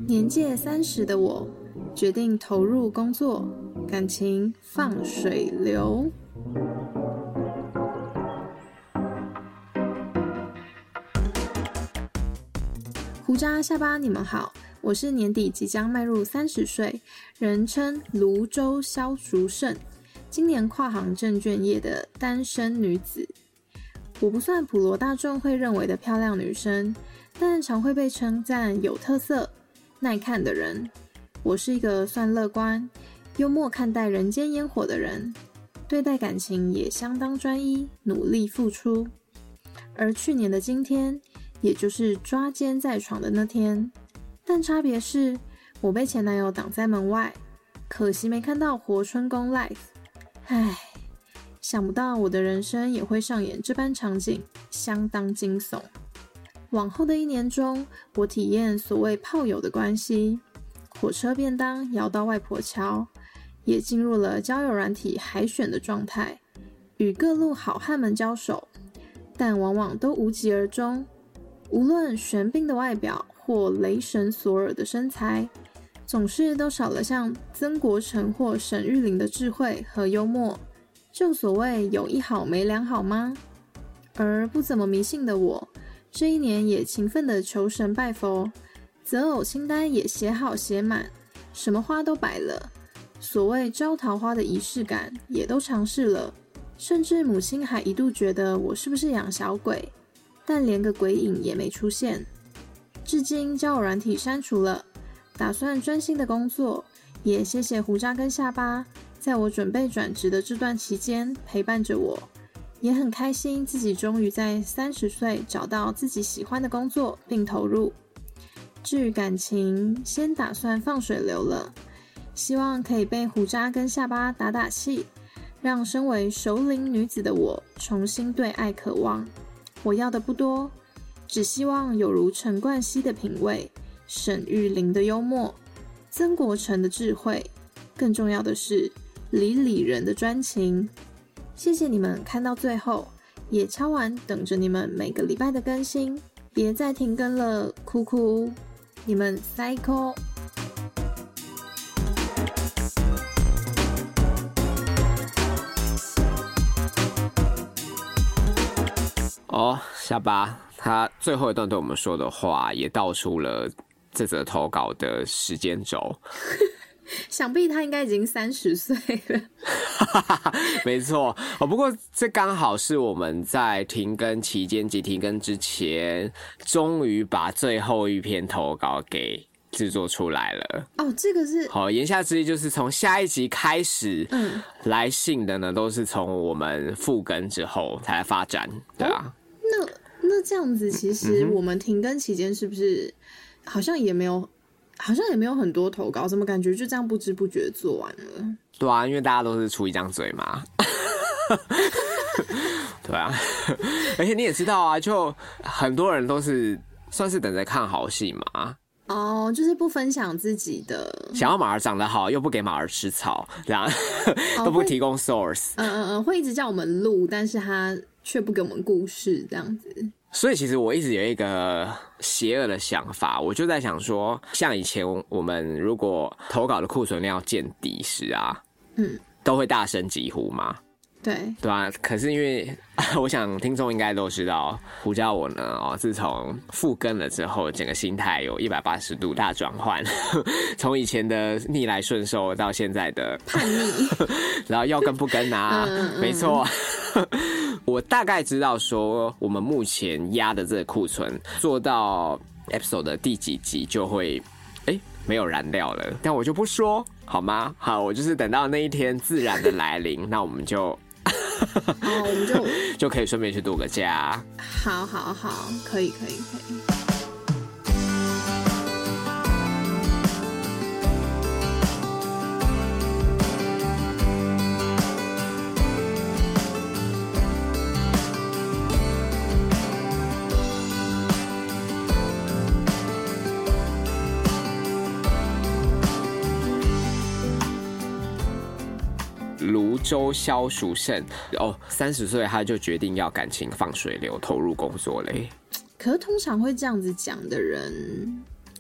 年届30的我，决定投入工作，感情放水流。胡渣下巴，你们好，我是年底即将迈入30岁，人称泸州萧淑慎，今年跨行证券业的单身女子。我不算普罗大众会认为的漂亮女生，但常会被称赞有特色、耐看的人。我是一个算乐观、幽默看待人间烟火的人，对待感情也相当专一，努力付出。而去年的今天，也就是抓奸在床的那天，但差别是我被前男友挡在门外，可惜没看到活春宫 live。 唉，想不到我的人生也会上演这般场景，相当惊悚。往后的一年中，我体验所谓炮友的关系，火车便当摇到外婆桥，也进入了交友软体海选的状态，与各路好汉们交手，但往往都无疾而终。无论玄彬的外表或雷神索尔的身材，总是都少了像曾国城或沈玉琳的智慧和幽默。就所谓有一好没两好吗？而不怎么迷信的我，这一年也勤奋的求神拜佛，择偶清单也写好写满，什么花都摆了，所谓招桃花的仪式感也都尝试了，甚至母亲还一度觉得我是不是养小鬼，但连个鬼影也没出现。至今交友软体删除了，打算专心的工作，也谢谢胡渣跟下巴在我准备转职的这段期间陪伴着我，也很开心自己终于在30岁找到自己喜欢的工作并投入。至于感情，先打算放水流了，希望可以被胡渣跟下巴打打气，让身为熟龄女子的我重新对爱渴望。我要的不多，只希望有如陈冠希的品味，沈玉琳的幽默，曾国城的智慧，更重要的是李人的专情。谢谢你们看到最后，也敲完等着你们每个礼拜的更新，别再停更了，哭哭，你们 psycho。 下巴他最后一段对我们说的话，也道出了这则投稿的时间轴。 想必他应该已经30岁了。 没错，不过这刚好是我们在停更期间及停更之前，终于把最后一篇投稿给制作出来了。 哦，这个是好，言下之意就是从下一集开始，来信的呢都是从我们复更之后才来发展，对啊。 那这样子，其实我们停更期间是不是好像也没有很多投稿，怎么感觉就这样不知不觉做完了？ 对啊，因为大家都是出一张嘴嘛。对啊，而且你也知道啊，就很多人都是算是等着看好戏嘛。 哦，就是不分享自己的， 想要马儿长得好，又不给马儿吃草，这样都不提供 source。 会一直叫我们录，但是他却不给我们故事，这样子。 所以其实我一直有一个邪恶的想法，我就在想说，像以前我们如果投稿的库存量见底时啊，都会大声疾呼嘛。对啊，可是因为我想听众应该都知道，胡渣我呢自从复更了之后，整个心态有180度大转换，从以前的逆来顺受到现在的叛逆， 然后要跟不跟啊，没错。我大概知道说，我们目前压的这个库存做到 episode 的第几集就会没有燃料了，但我就不说好吗？好，我就是等到那一天自然的来临，那我们就我们就可以顺便去度个假。 好，可以。 泸州萧淑慎30岁他就决定要感情放水流，投入工作嘞。 可是通常会这样子讲的人，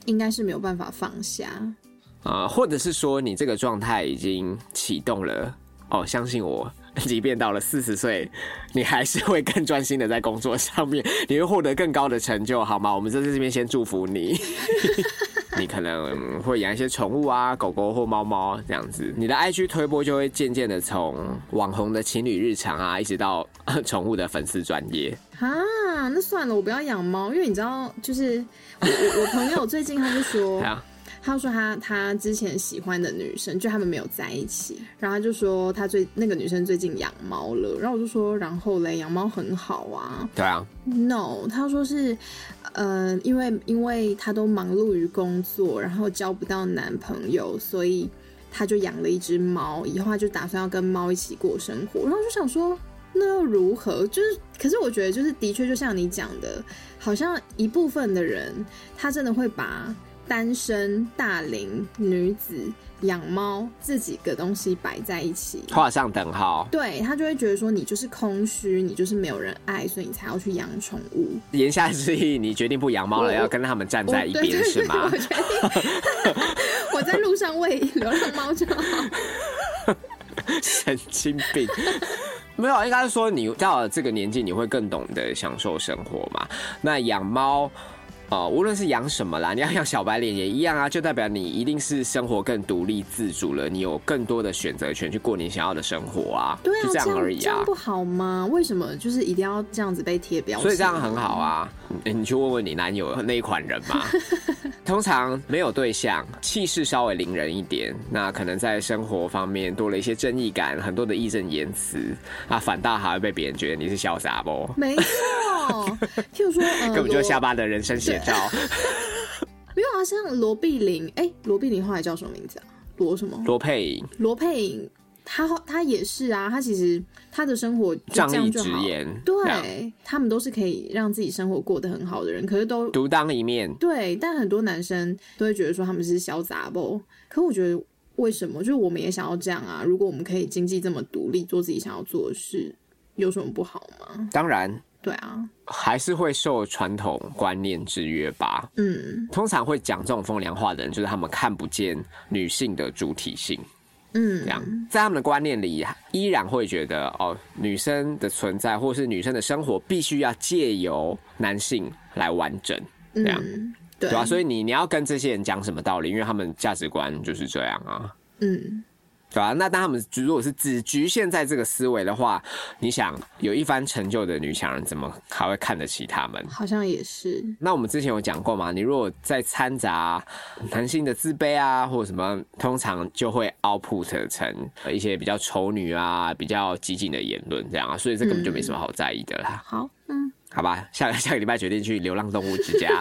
应该是没有办法放下。 或者是说你这个状态已经启动了相信我，即便到了40岁，你还是会更专心的在工作上面，你会获得更高的成就，好吗？我们在这边先祝福你。你可能会养一些宠物啊，狗狗或猫猫这样子，你的 IG 推播就会渐渐的从网红的情侣日常啊，一直到宠物的粉丝专页。 那算了，我不要养猫，因为你知道，就是我朋友最近他就说。他说他之前喜欢的女生，就他们没有在一起，然后他就说那个女生最近养猫了，然后我就说，然后嘞，养猫很好啊。 对啊 ，No， 他说是因为他都忙碌于工作，然后交不到男朋友，所以他就养了一只猫，以后他就打算要跟猫一起过生活。然后我就想说，那又如何？可是我觉得就是的确就像你讲的，好像一部分的人他真的会把单身、大龄女子、养猫这几个东西摆在一起， 画上等号。 对，他就会觉得说你就是空虚，你就是没有人爱，所以你才要去养宠物。 言下之意，你决定不养猫了，要跟他们站在一边，是吗？ 我决定，我在路上喂流浪猫就好。 神经病。没有，应该是说你到了这个年纪，你会更懂得享受生活嘛。那养猫。无论是养什么啦，你要养小白脸也一样啊，就代表你一定是生活更独立自主了，你有更多的选择权去过你想要的生活啊。 对啊， 就这样而已啊。 这样不好吗？为什么就是一定要这样子被贴标签？ 所以这样很好啊。你去问问你男友那一款人嘛。通常没有对象，气势稍微凌人一点，那可能在生活方面多了一些正义感，很多的义正言辞啊，反倒还会被别人觉得你是潇洒不？ 没错。譬如说， 根本就是下巴的人生写照。 没有啊，像罗碧玲，罗碧玲后来叫什么名字啊？罗什么？ 罗佩颖。 罗佩颖，他也是啊，他其实他的生活仗义直言， 对，他们都是可以让自己生活过得很好的人，可是都独当一面。 对，但很多男生都会觉得说他们是小杂包，可我觉得为什么？就是我们也想要这样啊！如果我们可以经济这么独立，做自己想要做的事，有什么不好吗？ 当然。 对啊， 还是会受传统观念制约吧。通常会讲这种风凉话的人，就是他们看不见女性的主体性。这样在他们的观念里，依然会觉得女生的存在或是女生的生活必须要借由男性来完整。这样，对吧？所以你要跟这些人讲什么道理？因为他们价值观就是这样啊。对啊，那当他们如果是只局限在这个思维的话，你想有一番成就的女强人，怎么还会看得起他们？ 好像也是。 那我们之前有讲过嘛，你如果在掺杂男性的自卑啊，或者什么，通常就会 output 成一些比较丑女啊、比较激进的言论这样啊，所以这根本就没什么好在意的啦。 好， 好吧，下个礼拜决定去流浪动物之家。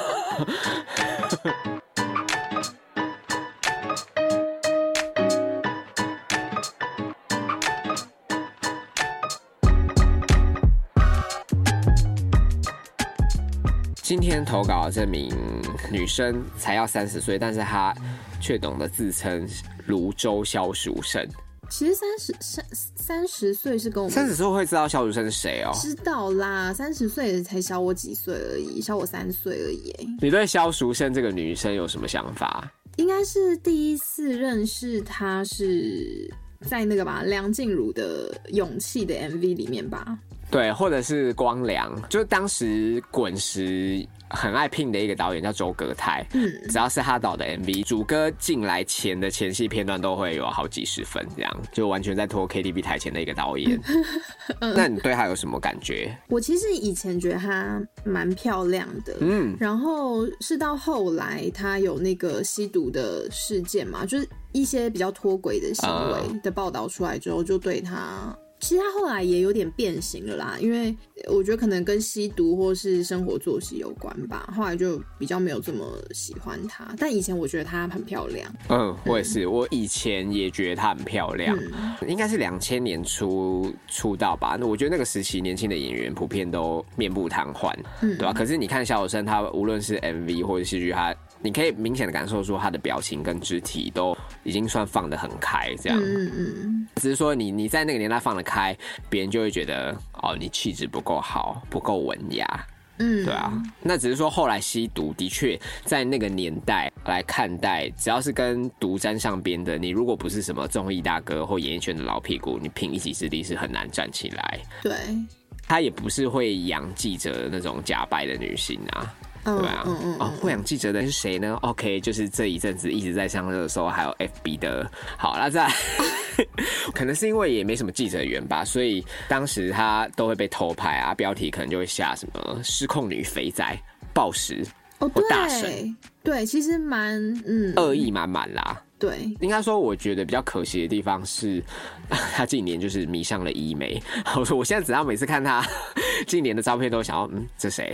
今天投稿的这名女生才要30岁，但是她却懂得自称泸州萧淑慎。 其实30岁是跟我们 30岁会知道萧淑慎是谁哦？ 知道啦，30岁才小我几岁而已，小我3岁而已。 你对萧淑慎这个女生有什么想法？ 应该是第一次认识她是在那个吧，梁静茹的《勇气》的 MV 里面吧。 对，或者是光良，就是当时滚石很爱聘的一个导演叫周格泰，只要是他导的 MV， 主歌进来前的前戏片段都会有好几十分，这样就完全在拖 KTV 台前的一个导演。那你对他有什么感觉？ 我其实以前觉得他蛮漂亮的，然后是到后来他有那个吸毒的事件嘛，就是一些比较脱轨的行为的报道出来之后，就对他。其实他后来也有点变形了啦，因为我觉得可能跟吸毒或是生活作息有关吧，后来就比较没有这么喜欢他。但以前我觉得她很漂亮。 我也是，我以前也觉得她很漂亮。应该是2000年出道吧。我觉得那个时期年轻的演员普遍都面部瘫痪，对吧？可是你看萧淑慎，她无论是 MV 或者戏剧，你可以明显的感受出他的表情跟肢体都已经算放得很开，这样。只是说你在那个年代放得开，别人就会觉得你气质不够好，不够文雅。 对啊，那只是说后来吸毒的确在那个年代来看待，只要是跟毒沾上边的，你如果不是什么综艺大哥或演艺圈的老屁股，你凭一己之力是很难站起来。对，他也不是会养记者的那种假白的女性啊。对啊，会养记者的人是谁呢 ？OK， 就是这一阵子一直在上热搜，还有 FB 的。好，那再来可能是因为也没什么记者缘吧，所以当时他都会被偷拍啊，标题可能就会下什么失控女肥仔、暴食或大神。 对，其实蛮恶意满满啦。 对， 应该说，我觉得比较可惜的地方是，他近年就是迷上了医美。我现在只要每次看他近年的照片，都想要这谁？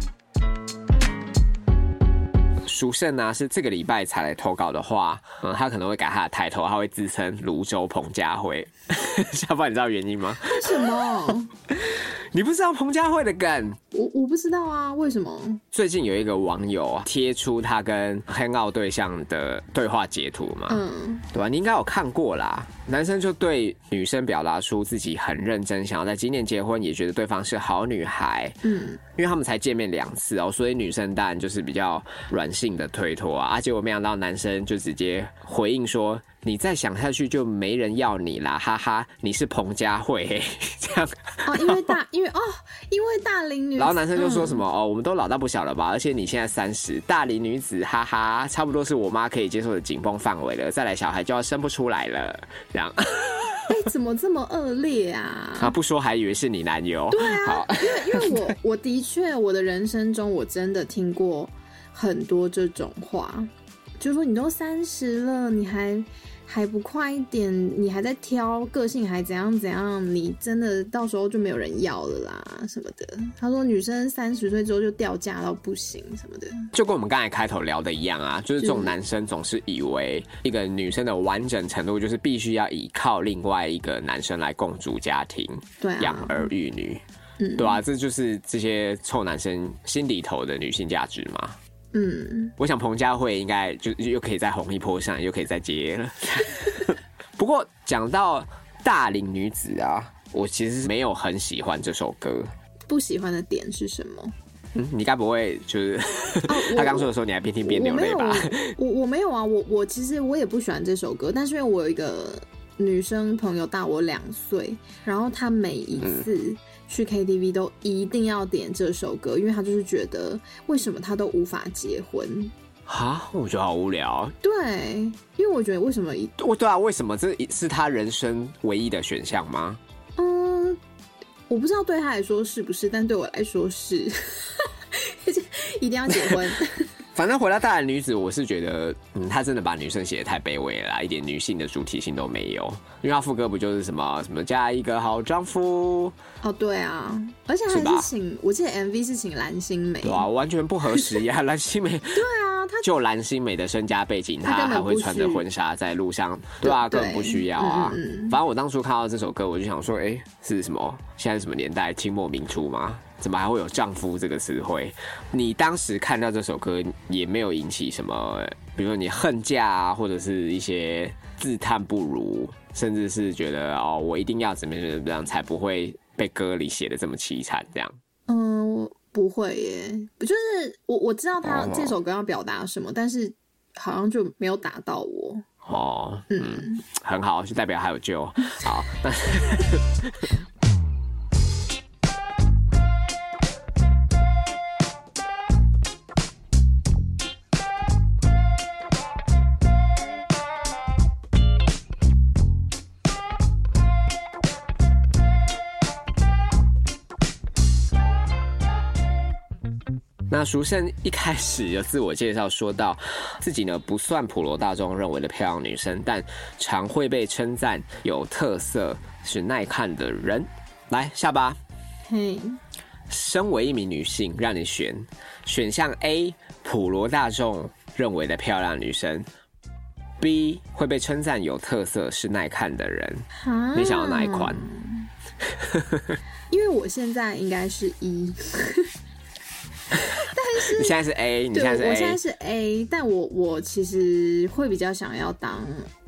淑慎啊，是这个礼拜才来投稿的话，他可能会改他的抬头，他会自称泸州彭佳慧。小宝，你知道原因吗？ 为什么？ 你不知道彭佳慧的梗？ 我不知道啊，为什么？ 最近有一个网友贴出他跟 hangout 对象的对话截图嘛，对吧？你应该有看过啦。男生就对女生表达出自己很认真，想要在今年结婚，也觉得对方是好女孩。因为他们才见面2次哦，所以女生当然就是比较软性的推脱啊。结果没想到男生就直接回应说：“你再想下去就没人要你啦，哈哈，你是彭佳慧。”这样因为大龄女子， 然后男生就说什么我们都老大不小了吧，而且你现在30，大龄女子，哈哈，差不多是我妈可以接受的紧绷范围了，再来小孩就要生不出来了，这样。 怎么这么恶劣啊？ 不说还以为是你男友。 对啊，因为我的确我的人生中我真的听过很多这种话，就是说你都30了，你还不快一点，你还在挑，个性还怎样怎样，你真的到时候就没有人要了啦什么的。他说女生30岁之后就掉价到不行什么的，就跟我们刚才开头聊的一样啊，就是这种男生总是以为一个女生的完整程度就是必须要依靠另外一个男生来共组家庭，对啊，养儿育女，对啊，这就是这些臭男生心里头的女性价值嘛。我想彭佳慧应该就又可以在红一波上，又可以再接了。不过讲到大龄女子啊，我其实没有很喜欢这首歌。 不喜欢的点是什么？ 你该不会就是他刚说的时候你还边听边流泪吧？ 我没有啊，我其实我也不喜欢这首歌，但是因为我有一个女生朋友大我2岁，然后她每一次去 KTV 都一定要点这首歌，因为她就是觉得为什么她都无法结婚啊？我觉得好无聊。 对，因为我觉得为什么对啊，为什么这是她人生唯一的选项吗？ 我不知道对她来说是不是，但对我来说是，一定要结婚。 反正回到大龄女子，我是觉得，他真的把女生写得太卑微了啦，一点女性的主体性都没有。因为他副歌不就是什么嫁一个好丈夫？ 对啊，而且还是请，我记得 MV 是请蓝心湄。 对啊，完全不合时宜啊，蓝心湄。对啊， 就蓝心湄的身家背景，他还会穿着婚纱在路上，对啊，根本不需要啊。反正我当初看到这首歌，我就想说，是什么？现在是什么年代？清末民初吗？怎么还会有丈夫这个词汇？你当时看到这首歌也没有引起什么，比如说你恨嫁啊，或者是一些自叹不如，甚至是觉得我一定要怎么样才不会被歌里写的这么凄惨这样。 不会耶，就是我知道他这首歌要表达什么，但是好像就没有打到我。 很好，就代表还有救。好。那淑慎一开始有自我介绍，说到自己呢不算普罗大众认为的漂亮女生，但常会被称赞有特色，是耐看的人。来，下巴。身为一名女性，让你选项 A， 普罗大众认为的漂亮女生 ，B 会被称赞有特色，是耐看的人。你想要哪一款？ 因为我现在应该是1。但是你现在是 A， 你现在是 A， 我现在是 A， 但我其实会比较想要当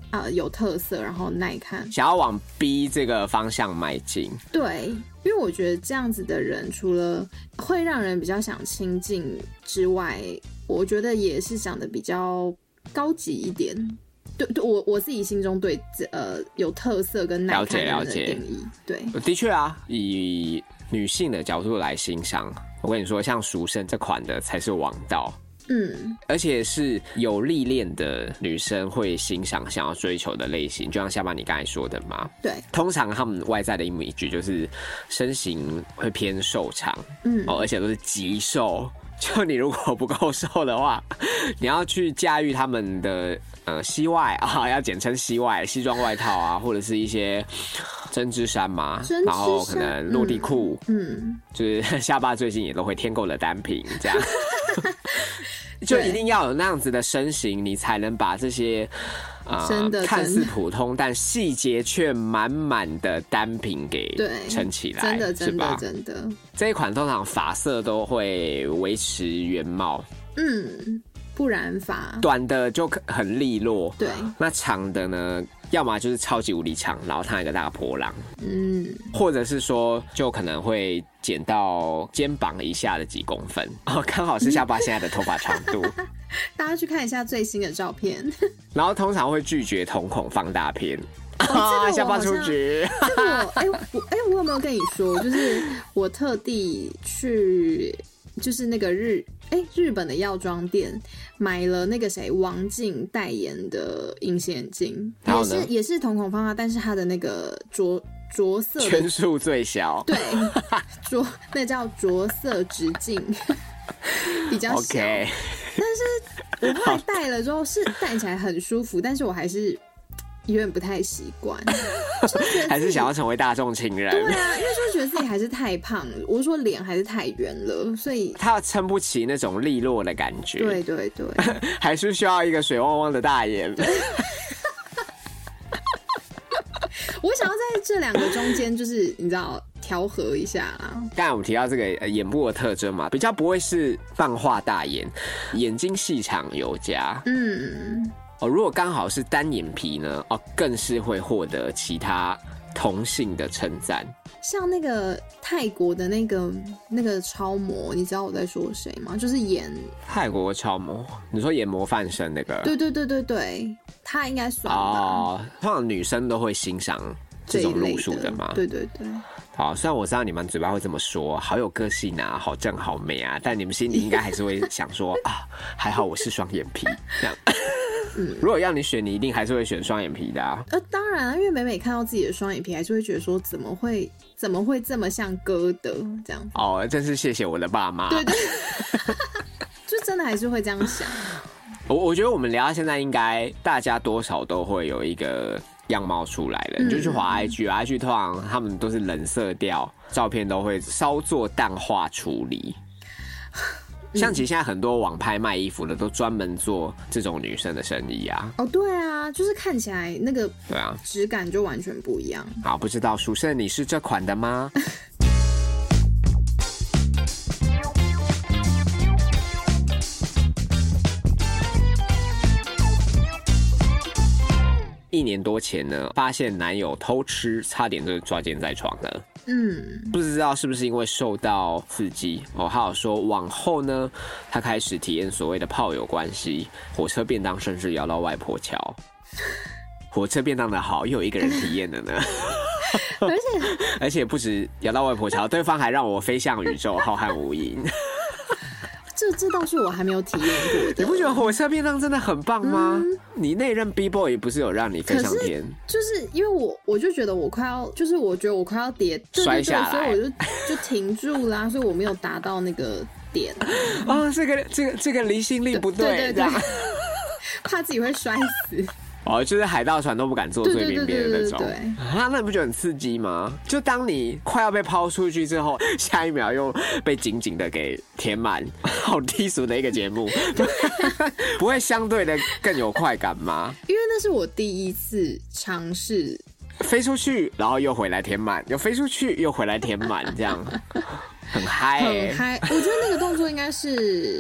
有特色，然后耐看， 想要往 B 这个方向迈进。 对，因为我觉得这样子的人，除了会让人比较想亲近之外，我觉得也是长得比较高级一点。对，我自己心中对有特色跟耐看的人的定义。对， 的确啊，以女性的角度来欣赏，我跟你说，像淑慎这款的才是王道。而且是有历练的女生会欣赏、想要追求的类型，就像下巴你刚才说的嘛。 对， 通常他们外在的image就是身形会偏瘦长，而且都是极瘦。就你如果不够瘦的话，你要去驾驭他们的西外啊，要简称西外西装外套啊，或者是一些针织衫嘛，然后可能落地裤，就是下巴最近也都会添购了单品这样。就一定要有那样子的身形，你才能把这些看似普通但细节却满满的单品给撑起来， 真的真的。 这一款通常发色都会维持原貌， 不染发， 短的就很利落， 对， 那长的呢？要么就是超级无敌长，然后烫一个大波浪，或者是说就可能会剪到肩膀以下的几公分，刚好是下巴现在的头发长度。 大家去看一下最新的照片。 然后通常会拒绝瞳孔放大片。下巴出局。 我有没有跟你说，就是我特地去，就是那个日本的药妆店买了那个王静代言的隐形眼镜，也是瞳孔放大，但是它的那个着色圈数最小， 对，那叫着色直径比较小。Okay. 但是我后来戴了之后是戴起来很舒服，但是我还是有点不太习惯， 还是想要成为大众情人。 对啊，因为就觉得自己还是太胖了，我说脸还是太圆了，所以他撑不起那种利落的感觉。 对对对， 还是需要一个水汪汪的大眼。 我想要在这两个中间，就是你知道调和一下啦。 刚才我们提到这个眼部的特征嘛，比较不会是漫画大眼，眼睛细长有加。如果刚好是单眼皮呢，更是会获得其他同性的称赞。 像那个泰国的那个超模，你知道我在说谁吗？就是演泰国超模，你说演模范生那个？ 对，他应该算吧。 通常女生都会欣赏这种路数的嘛。 对。 好，虽然我知道你们嘴巴会这么说，好有个性啊，好正好美啊，但你们心里应该还是会想说还好我是双眼皮这样。如果要你选，你一定还是会选双眼皮的啊。 当然啊，因为每看到自己的双眼皮，还是会觉得说怎么会这么像哥的这样子。 真是谢谢我的爸妈。 对，就真的还是会这样想。 我觉得我们聊到现在，应该大家多少都会有一个样貌出来了。你就去滑 IG 通常他们都是冷色调，照片都会稍作淡化处理。像其实现在很多网拍卖衣服的都专门做这种女生的生意啊。 对啊，就是看起来那个质感就完全不一样。 好，不知道淑慎你是这款的吗？1年多前呢，发现男友偷吃，差点就抓奸在床了。不知道是不是因为受到刺激他有说往后呢，他开始体验所谓的炮友关系，火车便当甚至摇到外婆桥。火车便当的好，又有一个人体验了呢。而且不止摇到外婆桥，对方还让我飞向宇宙，浩瀚无垠。 这倒是我还没有体验过的。 你不觉得火车便当真的很棒吗？你那任 B-boy 不是有让你飞上天？就是因为我就觉得我快要，就是我觉得我快要跌摔下来， 所以我就停住啦，所以我没有达到那个点。 这个离心力不对， 对，怕自己会摔死。 就是海盗船都不敢坐最边边的那种。 对， 那你不觉得很刺激吗？就当你快要被抛出去之后，下一秒又被紧紧的给填满，好低俗的一个节目，不会相对的更有快感吗？ 因为那是我第一次尝试飞出去，然后又回来填满，又飞出去又回来填满，这样很嗨。 我觉得那个动作应该是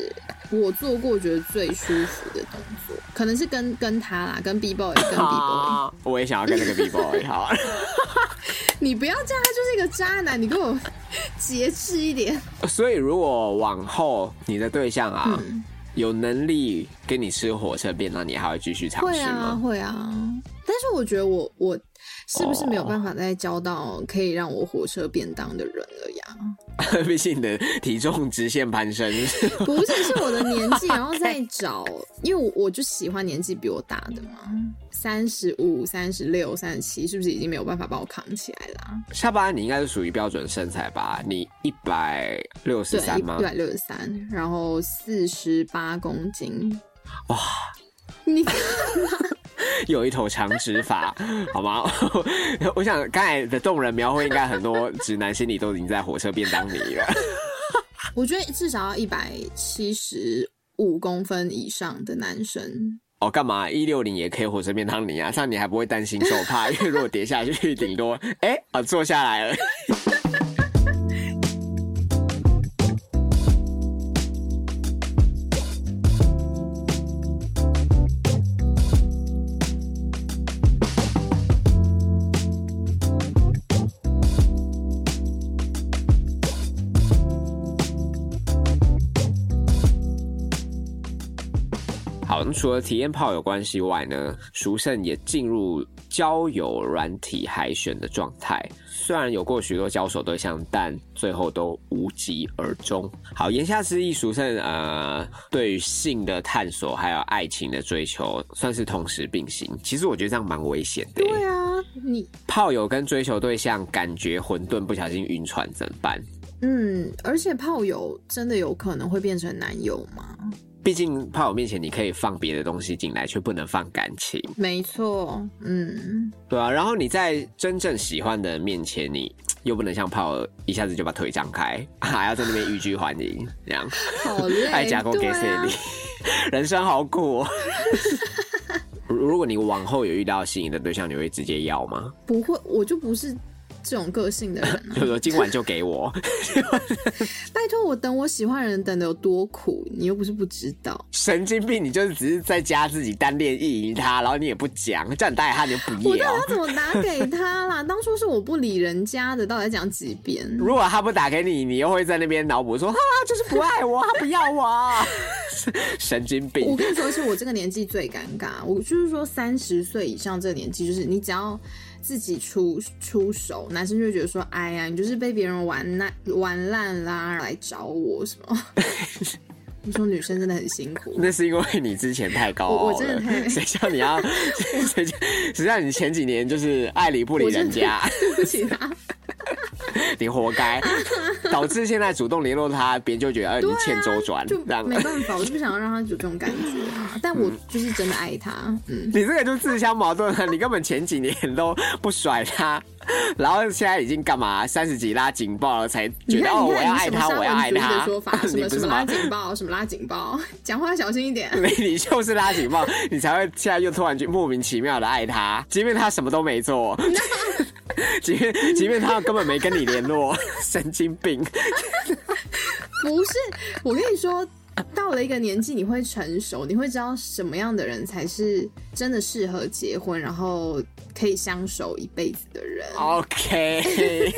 我做过觉得最舒服的动作，可能是跟他啦，跟 B-boy 跟 B-boy。 我也想要跟那个 B-boy 好。 你不要这样，他就是一个渣男，你给我节制一点。 所以如果往后你的对象啊，有能力跟你吃火车便当，你还会继续尝试吗？ 会啊。但是我觉得我是不是没有办法再交到可以让我火车便当的人了呀？ 毕竟你的体重直线攀升。 不是，是我的年纪，然后再找，因为我就喜欢年纪比我大的嘛，35、36、37，是不是已经没有办法把我扛起来啦？ 下巴你应该是属于标准身材吧？你163吗 ？163，然后48公斤。 哇， 你干嘛？ 有一头长直发，好吗？我想刚才的动人描绘，应该很多直男心里都已经在火车便当里了。 我觉得至少要175公分以上的男生。 哦，干嘛？160也可以火车便当你啊，这样你还不会担心受怕，因为如果跌下去，顶多坐下来了。好，那除了体验炮友关系外呢，淑慎也进入交友软体海选的状态。虽然有过许多交手对象，但最后都无疾而终。好，言下之意，淑慎对于性的探索还有爱情的追求，算是同时并行。其实我觉得这样蛮危险的。 对啊，你炮友跟追求对象感觉混沌，不小心晕船怎么办？ 而且炮友真的有可能会变成男友吗？ 毕竟炮友面前你可以放别的东西进来，却不能放感情。 没错， 对啊。然后你在真正喜欢的人面前，你又不能像炮友一下子就把腿张开，还要在那边欲拒还迎，这样好累， 爱假公给谁力，人生好苦哦。如果你往后有遇到心仪的对象，你会直接要吗？ 不会，我就不是这种个性的人啊。 就说今晚就给我。 拜托，我等我喜欢的人等的有多苦，你又不是不知道。 神经病，你就是只是在家自己单恋意淫他，然后你也不讲，叫你打给他你就不要。 我到底要怎么打给他啦？当初是我不理人家的，到底讲几遍？ 如果他不打给你，你又会在那边脑补说，哈，就是不爱我，他不要我。神经病！ 我跟你说，是我这个年纪最尴尬。我就是说，30岁以上这个年纪，就是你只要自己出手，男生就会觉得说，哎呀，你就是被别人玩烂啦，来找我什么？你说女生真的很辛苦， 那是因为你之前太高傲了。 我真的太…… 谁叫你要？谁叫你前几年就是爱理不理人家？ 对不起他。 你活该，导致现在主动联络他，别人就觉得你欠周转， 就没办法，我就不想要让他有这种感觉啊。但我就是真的爱他， 你这个就自相矛盾了。你根本前几年都不甩他，然后现在已经干嘛30几拉警报了，才觉得我要爱他，我要爱他。 的说法什么拉警报，什么拉警报，讲话小心一点。 你就是拉警报，你才会现在又突然就莫名其妙的爱他，即便他什么都没做。即便他根本没跟你联络，神经病。 不是，我跟你说，到了一个年纪，你会成熟，你会知道什么样的人才是真的适合结婚，然后可以相守一辈子的人。 OK。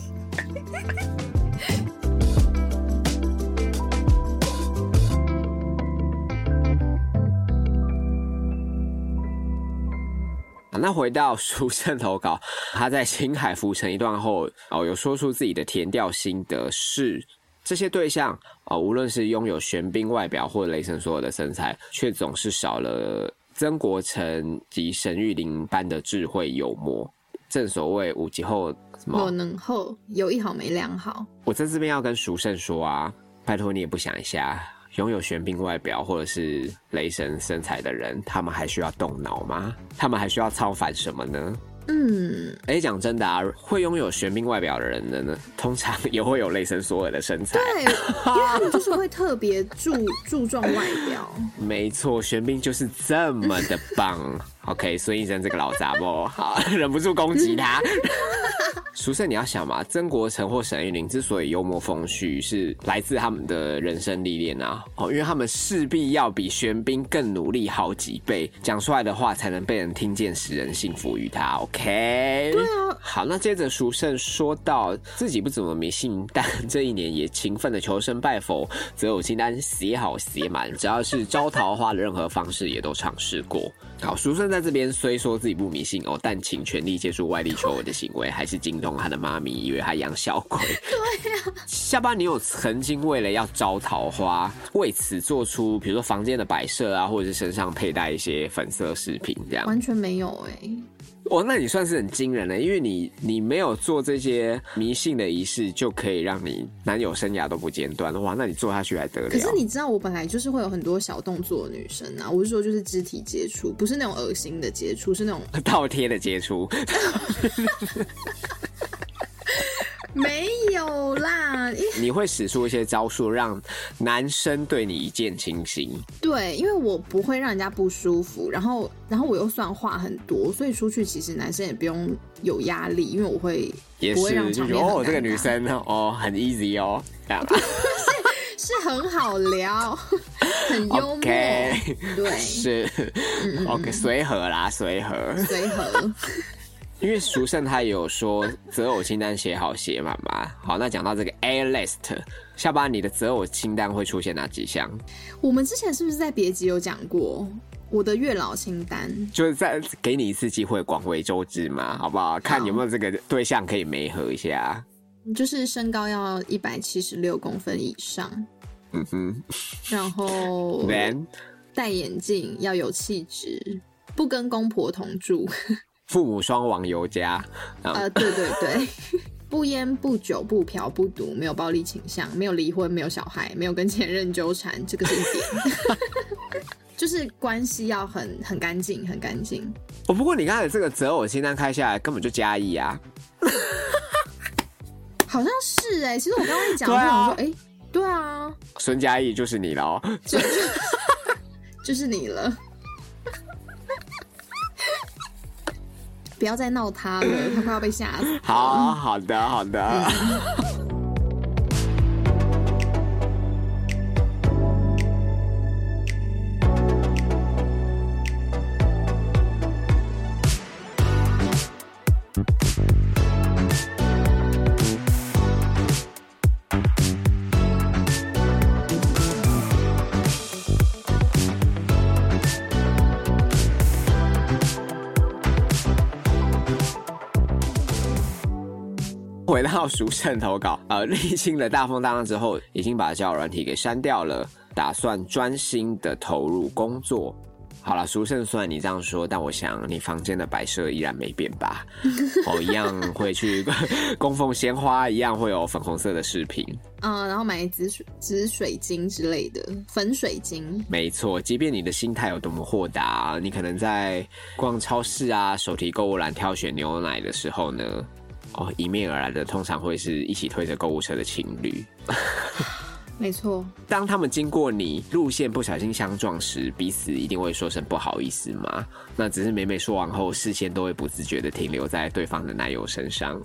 那回到淑慎投稿，他在青海浮沉一段后，有说出自己的填调心得是，这些对象无论是拥有玄彬外表或雷神所有的身材，却总是少了曾国城及沈玉琳般的智慧幽默。正所谓五级后什么？ 我能后有一好没两好。 我在这边要跟淑慎说啊，拜托你也不想一下。拥有玄彬外表或者是雷神身材的人，他们还需要动脑吗？他们还需要操反什么呢？讲真的啊，会拥有玄彬外表的人呢，通常也会有雷神索尔的身材。 对，因为他们就是会特别注重外表。 没错，玄彬就是这么的棒。OK， 孙艺珍这个老杂货，好，忍不住攻击他。 淑慎你要想嘛，曾国城或沈玉琳之所以幽默风趣，是来自他们的人生历练啊。因为他们势必要比玄彬更努力好几倍，讲出来的话才能被人听见，使人信服于他。OK， 对啊。 好，那接着淑慎说到自己不怎么迷信，但这一年也勤奋的求神拜佛，择偶清单写好写满，只要是招桃花的任何方式也都尝试过。好，淑慎在这边虽说自己不迷信但请全力接触外力求偶的行为，还是惊动他的妈咪，以为他养小鬼。 对啊。 下巴，你有曾经为了要招桃花，为此做出比如说房间的摆设啊，或者是身上佩戴一些粉色饰品这样？ 完全没有那你算是很惊人的，因为你没有做这些迷信的仪式，就可以让你男友生涯都不间断。哇，那你做下去还得了？ 可是你知道，我本来就是会有很多小动作的女生啊。我是说，就是肢体接触，不是那种恶心的接触，是那种倒贴的接触。 没有啦。 你会使出一些招数让男生对你一见倾心。 对，因为我不会让人家不舒服，然后我又算话很多，所以出去其实男生也不用有压力，因为我会不会让场面很尴尬。 这个女生很 easy 这样是很好聊，很幽默。 Okay, 对， 是OK， 随和啦，随和。因为淑慎他也有说择偶清单写好写满嘛。好，那讲到这个 A list， 下巴你的择偶清单会出现哪几项？ 我们之前是不是在别集有讲过我的月老清单？ 就是再给你一次机会，广为周知嘛，好不好？看有没有这个对象可以媒合一下。 就是身高要176公分以上，然后戴眼镜，要有气质，不跟公婆同住。 父母双亡有家。 对。不烟不酒不嫖不赌，没有暴力倾向，没有离婚，没有小孩，没有跟前任纠缠，这个是一点。就是关系要很干净，很干净。 不过你刚才这个择偶清单开下来，根本就嘉义啊。 好像是其实我刚刚一讲，我想说，对啊， 孙嘉义就是你了就是你了。不要再闹他了，他快要被吓死了。 好的。回到淑慎投稿，历经了大风大浪之后，已经把交友软体给删掉了，打算专心的投入工作。好了，淑慎，虽然你这样说，但我想你房间的摆设依然没变吧？一样会去供奉鲜花，一样会有粉红色的饰品， 然后买紫水晶之类的，粉水晶。 没错，即便你的心态有多么豁达，你可能在逛超市啊，手提购物篮挑选牛奶的时候呢，迎面而来的通常会是一起推着购物车的情侣。 没错， 当他们经过你路线不小心相撞时，彼此一定会说声不好意思嘛。那只是每每说完后，视线都会不自觉的停留在对方的男友身上。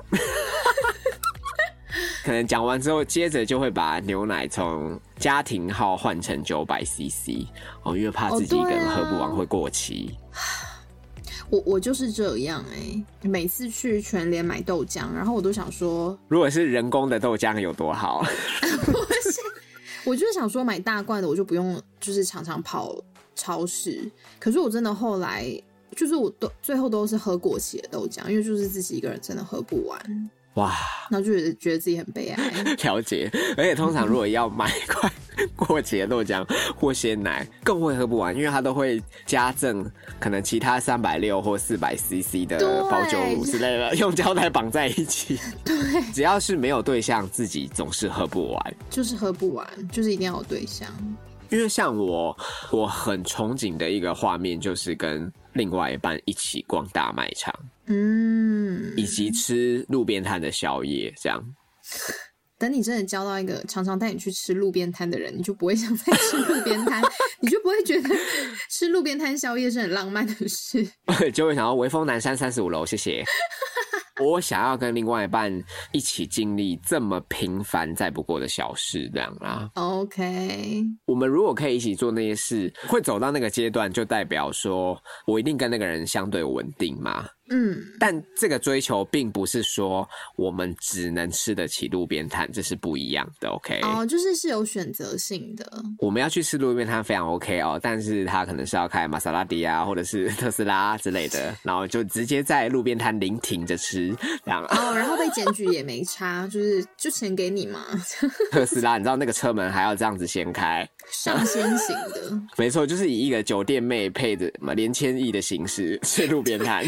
可能讲完之后，接着就会把牛奶从家庭号换成900cc，因为怕自己一个人喝不完会过期。 我就是这样每次去全联买豆浆，然后我都想说， 如果是人工的豆浆有多好？ 不是，我就是想说买大罐的，我就不用就是常常跑超市。可是我真的后来就是最后都是喝过期的豆浆，因为就是自己一个人真的喝不完。哇，然后就觉得自己很悲哀。 了解，而且通常如果要买一块过期的豆浆或鲜奶，更会喝不完，因为它都会加赠可能其他360或400cc 的保酒乳之类的，用胶带绑在一起。 对， 只要是没有对象，自己总是喝不完， 就是喝不完，就是一定要有对象。 因为像我很憧憬的一个画面，就是跟另外一半一起逛大卖场，以及吃路边摊的宵夜，这样。 等你真的交到一个常常带你去吃路边摊的人，你就不会想再吃路边摊，你就不会觉得吃路边摊宵夜是很浪漫的事， 就会想要微风南山35楼，谢谢。 我想要跟另外一半一起经历这么平凡再不过的小事，这样啦。 OK， 我们如果可以一起做那些事，会走到那个阶段，就代表说我一定跟那个人相对稳定嘛。但这个追求并不是说我们只能吃得起路边摊，这是不一样的 ，OK？ 就是有选择性的。 我们要去吃路边摊非常 OK 哦，但是他可能是要开玛莎拉蒂啊，或者是特斯拉之类的，然后就直接在路边摊临停着吃，这样。 然后被检举也没差，就钱给你嘛。 特斯拉，你知道那个车门还要这样子掀开， 上先型的。 没错，就是以一个酒店妹配着连千亿的形式吃路边摊。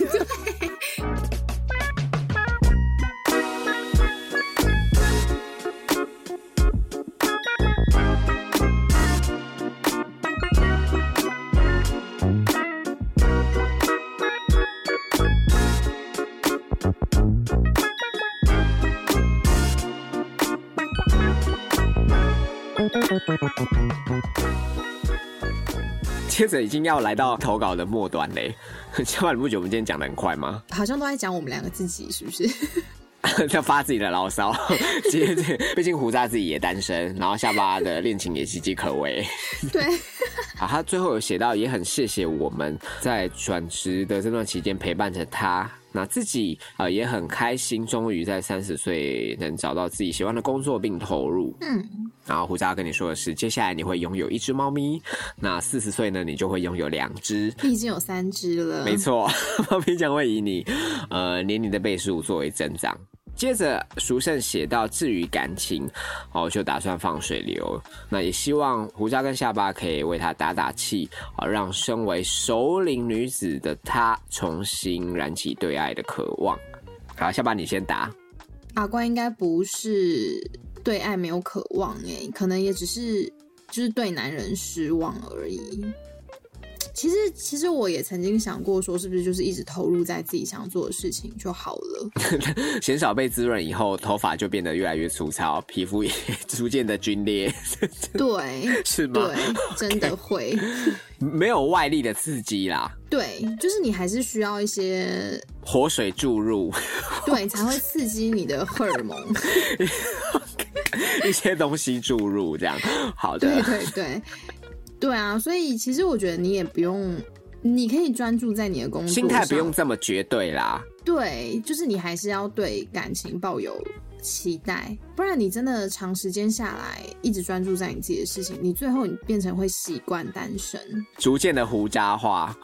接着已经要来到投稿的末端嘞，千万你不觉得我们今天讲得很快吗？ 好像都在讲我们两个自己，是不是？ 要发自己的牢骚，毕竟胡渣自己也单身，然后下巴的恋情也岌岌可危。 对。 他最后有写到，也很谢谢我们在转职的这段期间陪伴着他。那自己也很开心，终于在30岁能找到自己喜欢的工作并投入。然后胡渣跟你说的是，接下来你会拥有1只猫咪，那40岁呢，你就会拥有2只， 你已经有3只了。 没错，猫咪将会以你年龄的倍数作为增长。接着淑胜写到，至于感情就打算放水流，那也希望胡渣跟下巴可以为他打打气，让身为熟龄女子的她重新燃起对爱的渴望。好，下巴你先答。 阿关应该不是对爱没有渴望可能也只是就是对男人失望而已。其实我也曾经想过说，是不是就是一直投入在自己想做的事情就好了。 鲜少被滋润以后，头发就变得越来越粗糙，皮肤也逐渐的皲裂。 对， 是吗？ 对，真的会。 没有外力的刺激啦。 对，就是你还是需要一些活水注入， 对，才会刺激你的荷尔蒙。 一些东西注入，这样好的。 对。对啊，所以其实我觉得你也不用，你可以专注在你的工作上， 心态不用这么绝对啦。 对，就是你还是要对感情抱有期待，不然你真的长时间下来一直专注在你自己的事情，你最后你变成会习惯单身， 逐渐的胡渣化。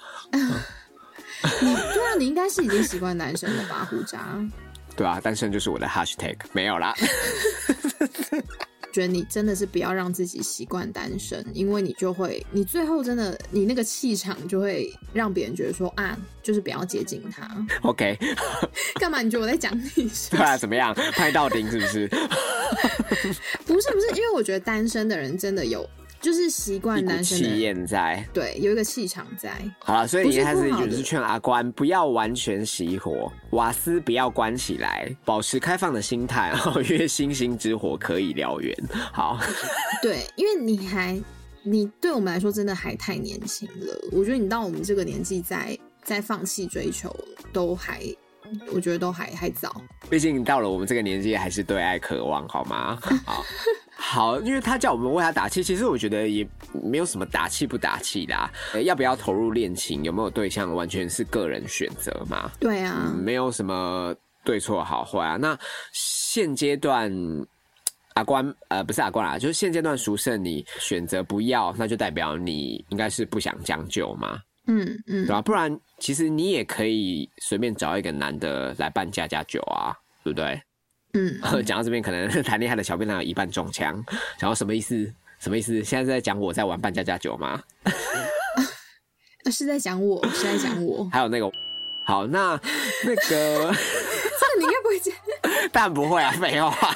对啊，你应该是已经习惯单身了吧，胡渣？ 对啊，单身就是我的 hashtag， 没有啦。 觉得你真的是不要让自己习惯单身，因为你最后真的你那个气场就会让别人觉得说就是不要接近他。 OK， 干嘛？你觉得我在讲你是不是？ 对啊，怎么样？拍到顶是不是？ 不是，因为我觉得单身的人真的有。就是习惯单身的人， 气焰在， 对，有一个气场在。 好了，所以你一开始就是劝阿关不要完全熄火，瓦斯不要关起来，保持开放的心态，因为星星之火可以燎原。好， 对，因为你对我们来说真的还太年轻了。我觉得你到我们这个年纪再放弃追求，我觉得都还早。 毕竟到了我们这个年纪，还是对爱渴望，好吗？好，因为他叫我们为他打气，其实我觉得也没有什么打气不打气啦。要不要投入恋情，有没有对象，完全是个人选择嘛。 对啊， 没有什么对错好坏啊。那现阶段阿关不是阿关啦，就是现阶段淑胜你选择不要，那就代表你应该是不想将就嘛。对吧？不然其实你也可以随便找一个男的来办家家酒啊，对不对？讲到这边，可能谈恋爱的小便男有一半中枪，想要什么意思？什么意思？现在是在讲我在玩扮家家酒吗？ 是在讲我，是在讲我。 还有那个，好，那个，这个你应该不会讲， 当然不会啊，废话。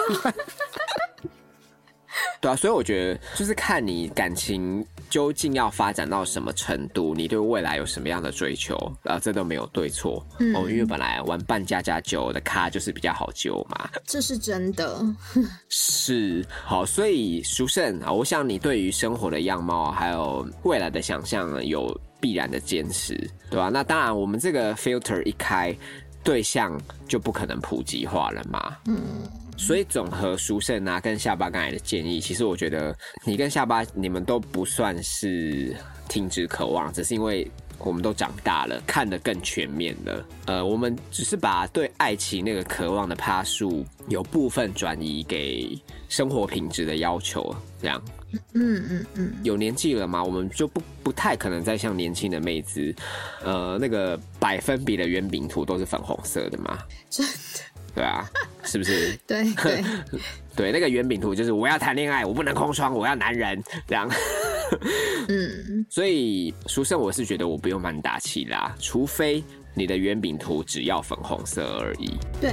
对啊，所以我觉得就是看你感情究竟要发展到什么程度，你对未来有什么样的追求，这都没有对错。因为本来玩扮家家酒的咖就是比较好揪嘛， 这是真的。 是，好，所以淑胜我想你对于生活的样貌还有未来的想象有必然的坚持，对吧？那当然，我们这个 filter 一开， 对象就不可能普及化了嘛。所以总和淑慎啊跟下巴刚才的建议，其实我觉得你跟下巴你们都不算是停止渴望，只是因为我们都长大了，看得更全面了。我们只是把对爱情那个渴望的趴数有部分转移给生活品质的要求，这样。有年纪了嘛，我们就不太可能再像年轻的妹子，那个百分比的圆饼图都是粉红色的嘛。 真的。 对啊，是不是？ 对对对，那个圆饼图就是我要谈恋爱，我不能空窗，我要男人这样。所以淑慎我是觉得我不用帮你打气啦，除非你的圆饼图只要粉红色而已。 对。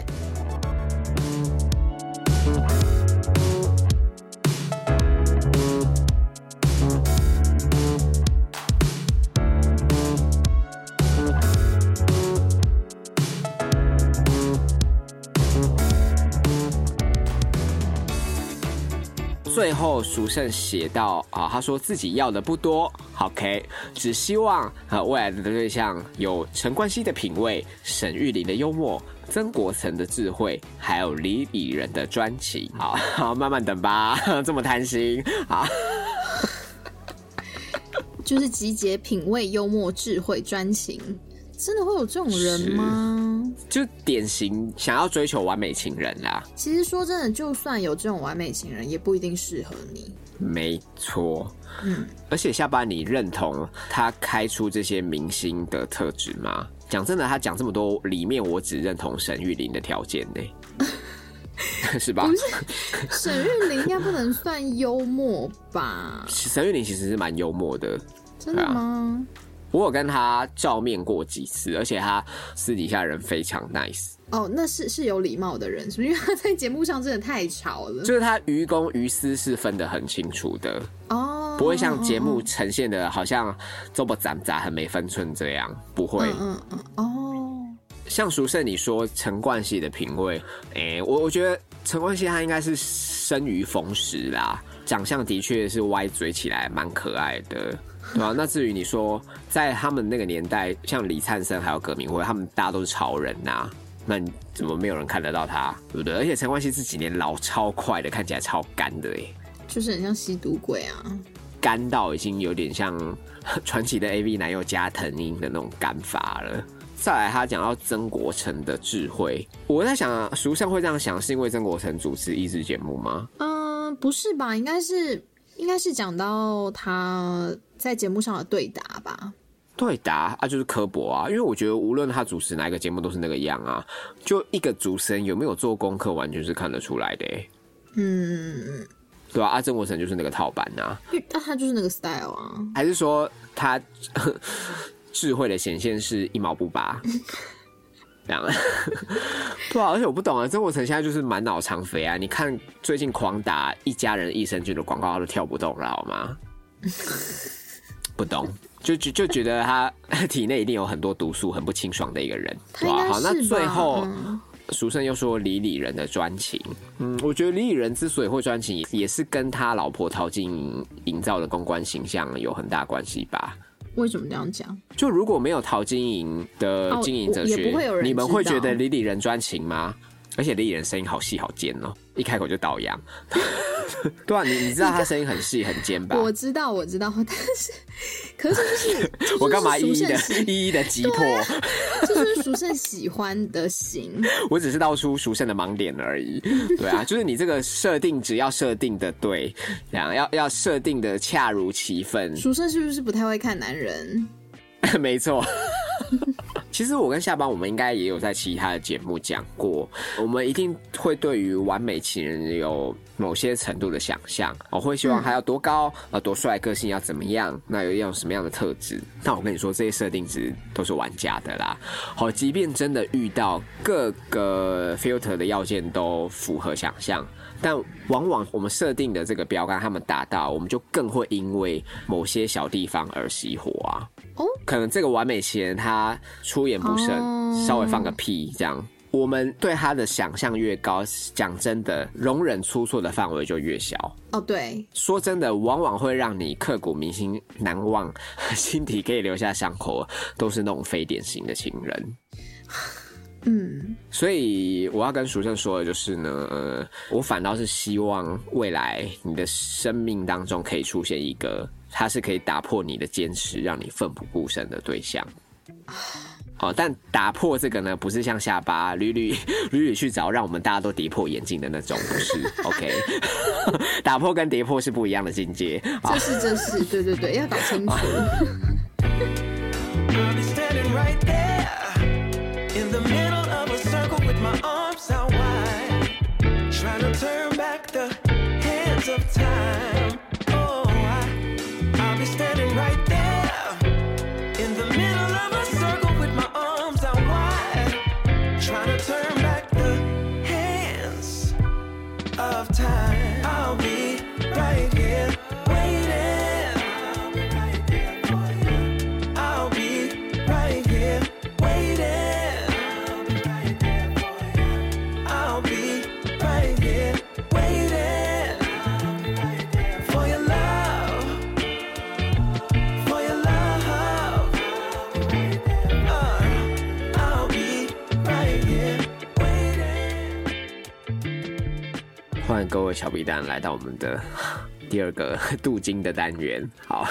最后淑慎写到他说自己要的不多 ，OK， 只希望未来的对象有陈冠希的品味、沈玉琳的幽默、曾国城的智慧，还有李李仁的专情。好，慢慢等吧，这么贪心啊。 就是集结品味、幽默、智慧、专情，真的会有这种人吗？ 就典型想要追求完美情人啦。 其实说真的，就算有这种完美情人，也不一定适合你。 没错。而且下巴，你认同他开出这些明星的特质吗？讲真的，他讲这么多，里面我只认同沈玉琳的条件呢。是吧？ 不是，沈玉琳应该不能算幽默吧？ 沈玉琳其实是蛮幽默的。 真的吗？ 我有跟他照面过几次，而且他私底下人非常 nice。 那是有礼貌的人，是不是？因为他在节目上真的太吵了， 就是他于公于私是分得很清楚的不会像节目呈现的好像这么杂杂很没分寸这样，不会。像淑慎你说陈冠希的品味，我觉得陈冠希他应该是生于逢时啦，长相的确是歪嘴起来蛮可爱的。对吧？那至于你说在他们那个年代，像李灿森还有葛明辉，他们大家都是潮人呐，那你怎么没有人看得到他？对不对？而且陈冠希这几年老超快的，看起来超干的就是很像吸毒鬼啊， 干到已经有点像传奇的 AV 男友加藤鹰的那种干法了。再来，他讲到曾国城的智慧，我在想，淑慎会这样想，是因为曾国城主持益智节目吗？ 不是吧？应该是讲到他在节目上的对答吧。 对答就是刻薄啊，因为我觉得无论他主持哪一个节目都是那个样啊，就一个主持人有没有做功课，完全是看得出来的对啊，曾国城就是那个套版啊， 他就是那个 style 啊， 还是说他智慧的显现是一毛不拔？这样对啊，而且我不懂啊，曾国城现在就是满脑肠肥啊！你看最近狂打一家人益生菌的广告，他都跳不动了，好吗？不懂，就觉得他体内一定有很多毒素，很不清爽的一个人。哇，好，那最后淑慎又说李李仁的专情，我觉得李李仁之所以会专情，也是跟他老婆陶晶莹营造的公关形象有很大关系吧。 为什么这样讲？ 就如果没有陶晶莹的经营哲学，你们会觉得李李仁专情吗？而且李李仁声音好细好尖哦，一开口就倒洋。对啊，你知道他声音很细很尖吧？ 我知道，但是可是就是我干嘛一一的击破？ 这就是淑慎喜欢的型。 我只是道出淑慎的盲点而已。对啊，就是你这个设定，只要设定的对，这样要设定的恰如其分。 淑慎是不是不太会看男人？ 没错。其实我跟下班我们应该也有在其他的节目讲过，我们一定会对于完美情人有某些程度的想象，我会希望他要多高多帅，个性要怎么样，那要有什么样的特质。但我跟你说，这些设定值都是玩家的啦。好，即便真的遇到各个 filter 的要件都符合想象，但往往我们设定的这个标杆他们达到，我们就更会因为某些小地方而熄火啊。可能这个完美情人他出言不慎，稍微放个屁这样，我们对他的想象越高，讲真的，容忍出错的范围就越小。 对， 说真的，往往会让你刻骨铭心、难忘，心底可以留下伤口，都是那种非典型的情人。 所以我要跟淑正说的就是呢，我反倒是希望未来你的生命当中可以出现一个，他是可以打破你的坚持，让你奋不顾身的对象。但打破这个呢，不是像下巴屡屡去找让我们大家都跌破眼镜的那种，不是 OK 打破跟跌破是不一样的境界。 这是对，要搞清楚。 I'll be standing right there in the middle of a circle with my arms out wide, trying to turn back the hands of time. Oh, I'll be standing right there in the middle of a circle with my arms out wide, trying to turn back the hands of time. I'll be right here waiting. 欢迎各位小皮蛋来到我们的第二个镀金的单元。好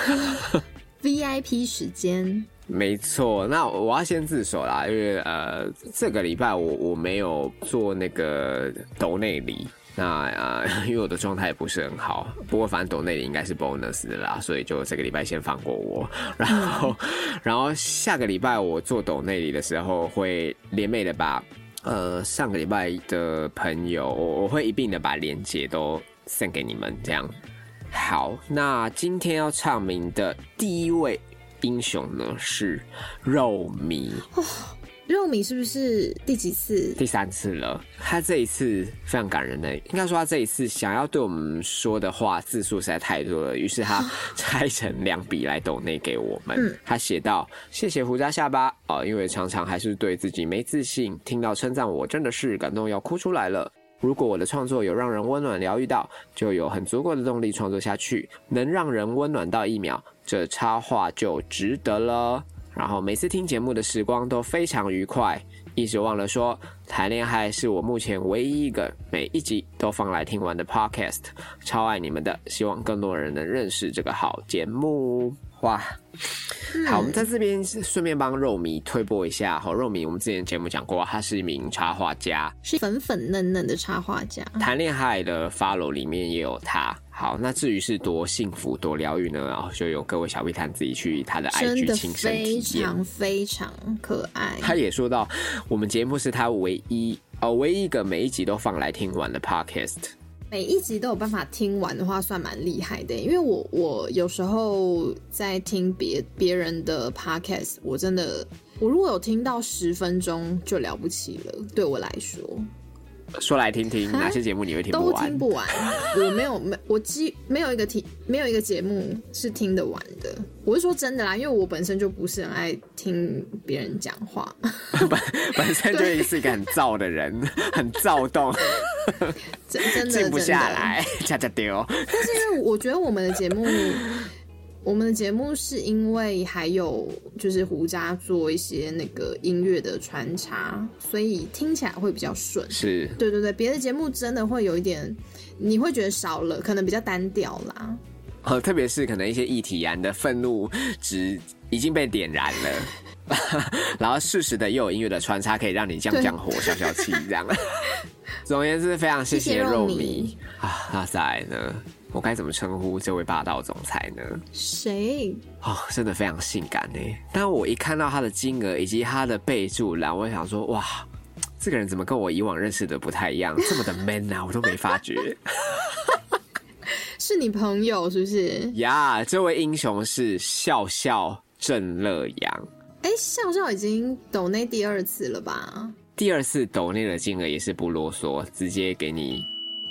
VIP 时间， 没错。那我要先自首啦，因为这个礼拜我没有做那个抖内礼。那因为我的状态也不是很好，不过反正抖内礼应该是 bonus 的啦，所以就这个礼拜先放过我。然后下个礼拜我做抖内礼的时候，会连袂的把上个礼拜的朋友，我会一并的把连结都send给你们，这样。好，那今天要唱名的第一位英雄呢是肉米。 肉米是不是第几次？ 第3次了。他这一次非常感人的，应该说他这一次想要对我们说的话字数实在太多了，于是他拆成2笔来抖内给我们。他写道：谢谢胡渣下巴因为常常还是对自己没自信，听到称赞我真的是感动要哭出来了。如果我的创作有让人温暖疗愈到，就有很足够的动力创作下去，能让人温暖到1秒，这插画就值得了。然后每次听节目的时光都非常愉快，一直忘了说，谈恋爱是我目前唯一一个每一集都放来听完的 podcast， 超爱你们的，希望更多人能认识这个好节目。哇，好，我们在这边顺便帮肉米推播一下。好，肉米我们之前节目讲过，他是一名插画家， 是粉粉嫩嫩的插画家。 谈恋爱的 follow 里面也有他。好，那至于是多幸福多疗愈呢，就由各位小屁摊自己去他的 IG 亲身体验。 真的非常可爱。 他也说到，我们节目是他唯一一个每一集都放来听完的 podcast。 每一集都有办法听完的话，算蛮厉害的。因为我有时候在听别人的 podcast， 我如果有听到10分钟就了不起了，对我来说。 说来听听，哪些节目你会听不完？ 都听不完。没有一个节目是听得完的。我是说真的啦，因为我本身就不是很爱听别人讲话， 本身就是一个很躁的人，很躁动， 真的静不下来，恰恰丢。 但是因为我觉得我们的节目是因为还有就是胡渣做一些那个音乐的穿插，所以听起来会比较顺。 是， 对，别的节目真的会有一点，你会觉得少了，可能比较单调啦。 特别是可能一些议题你的愤怒值已经被点燃了，然后适时的又有音乐的穿插，可以让你降火、消消气这样。总而言之，非常谢谢肉米啊！那再来呢？我该怎么称呼这位霸道总裁呢？ 谁？ 真的非常性感耶！当我一看到他的金额以及他的备注栏，我想说，哇，这个人怎么跟我以往认识的不太一样？这么的 man 啊，我都没发觉。 是你朋友是不是？ 呀，这位英雄是笑笑郑乐阳。 笑笑已经抖内第2次了吧？ 第2次抖内的金额也是不啰嗦，直接给你。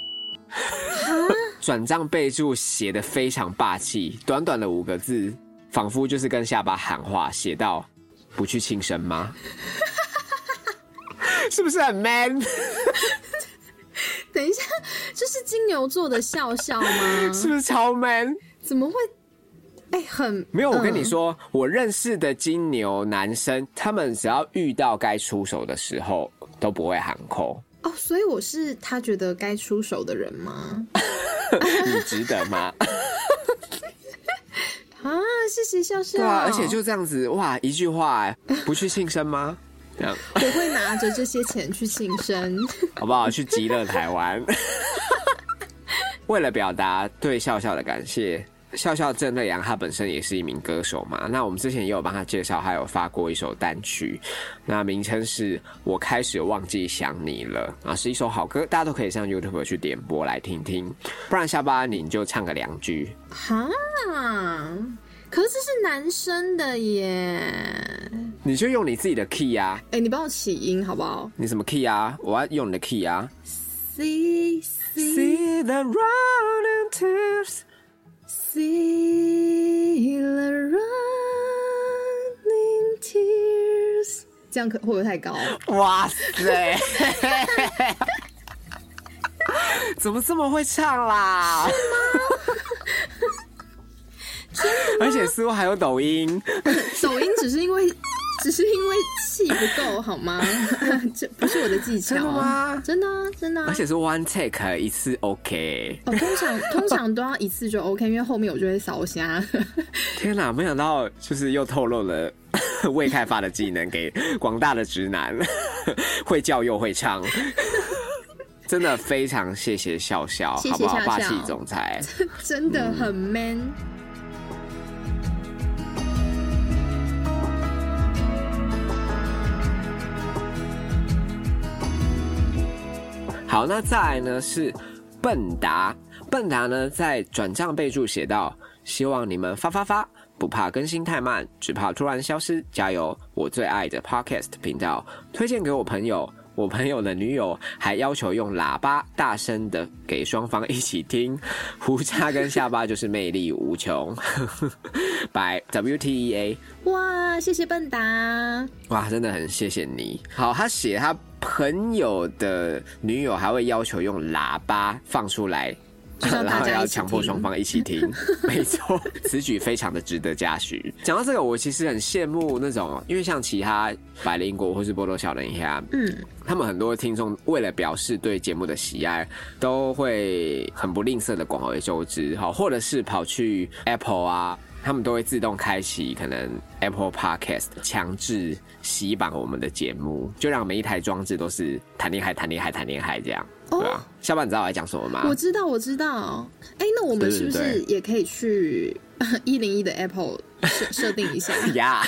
转账备注写得非常霸气，短短的5个字，仿佛就是跟下巴喊话，写到不去庆生吗？是不是很 man？ 等一下，这是金牛座的笑笑吗？ 是不是超 man？ 怎么会？ 没有。我跟你说，我认识的金牛男生，他们只要遇到该出手的时候，都不会喊扣。 哦，所以我是他觉得该出手的人吗？ 你值得吗？ 啊，谢谢笑笑。 对啊，而且就这样子，哇，一句话，不去庆生吗？这样， 我会拿着这些钱去庆生， 好不好？去极乐台湾。为了表达对笑笑的感谢，笑笑郑乐阳他本身也是一名歌手嘛，那我们之前也有帮他介绍，他有发过一首单曲，那名称是我开始忘记想你了啊，是一首好歌，大家都可以上 YouTube 去点播来听听，不然下巴你就唱个2句。 哈，可是这是男生的耶， 你就用你自己的 key 啊， 你帮我起音好不好？ 你什么 key 啊？我要用你的 key 啊。 See the running tears, see the running tears， 这样会不会太高？ 哇塞！怎么这么会唱啦？是吗？而且似乎还有抖音。 抖音只是因为气不够好吗？这不是我的技巧。真的吗？ 真的啊，真的啊。 而且是 one take 一次 OK。 哦，通常都要一次就 OK， 因为后面我就会烧瞎。 天哪，没想到就是又透露了未开发的技能给广大的直男，会叫又会唱。真的非常谢谢笑笑， 谢谢笑笑， 好不好？霸气总裁， 真的很 man。 好，那再来呢是笨达，笨达呢在转账备注写到，希望你们发，不怕更新太慢，只怕突然消失，加油！我最爱的 Podcast 频道，推荐给我朋友。我朋友的女友还要求用喇叭大声的给双方一起听，胡渣跟下巴就是魅力无穷。by WTEA， 哇，谢谢笨达， 哇，真的很谢谢你。好，他写他朋友的女友还会要求用喇叭放出来。然后要强迫双方一起听，没错，此举非常的值得嘉许。讲到这个，我其实很羡慕那种，因为像其他百灵果或是波多小人虾，他们很多听众为了表示对节目的喜爱，都会很不吝啬的广为周知，好，或者是跑去 Apple 啊。他们都会自动开启可能 Apple Podcast 强制洗版我们的节目，就让每一台装置都是谈恋爱这样，对吧？下班你知道我在讲什么吗？ 我知道。那我们是不是也可以去101的 Apple 设定一下呀？